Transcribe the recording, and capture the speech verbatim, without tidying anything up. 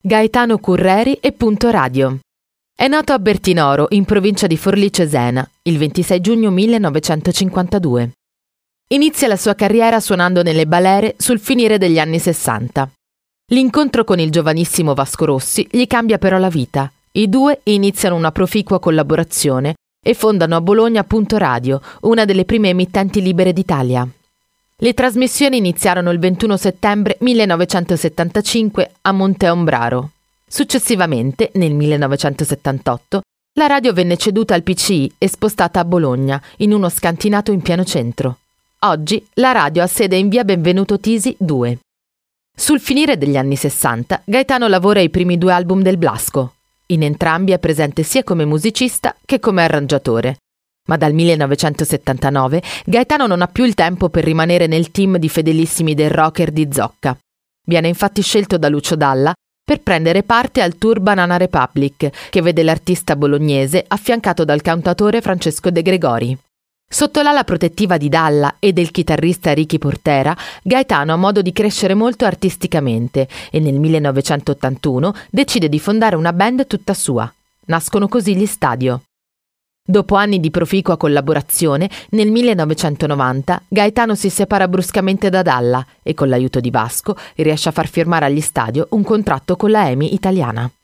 Gaetano Curreri e Punto Radio. È nato a Bertinoro, in provincia di Forlì Cesena, il ventisei giugno millenovecentocinquantadue. Inizia la sua carriera suonando nelle balere sul finire degli anni sessanta. L'incontro con il giovanissimo Vasco Rossi gli cambia però la vita. I due iniziano una proficua collaborazione e fondano a Bologna Punto Radio, una delle prime emittenti libere d'Italia. Le trasmissioni iniziarono il ventuno settembre millenovecentosettantacinque a Monte Ombraro. Successivamente, nel millenovecentosettantotto, la radio venne ceduta al P C I e spostata a Bologna, in uno scantinato in pieno centro. Oggi la radio ha sede in via Benvenuto Tisi due. Sul finire degli anni sessanta, Gaetano lavora ai primi due album del Blasco. In entrambi è presente sia come musicista che come arrangiatore. Ma dal millenovecentosettantanove Gaetano non ha più il tempo per rimanere nel team di fedelissimi del rocker di Zocca. Viene infatti scelto da Lucio Dalla per prendere parte al tour Banana Republic, che vede l'artista bolognese affiancato dal cantautore Francesco De Gregori. Sotto l'ala protettiva di Dalla e del chitarrista Ricky Portera, Gaetano ha modo di crescere molto artisticamente e nel millenovecentottantuno decide di fondare una band tutta sua. Nascono così gli Stadio. Dopo anni di proficua collaborazione, nel millenovecentonovanta Gaetano si separa bruscamente da Dalla e con l'aiuto di Vasco riesce a far firmare agli Stadio un contratto con la EMI italiana.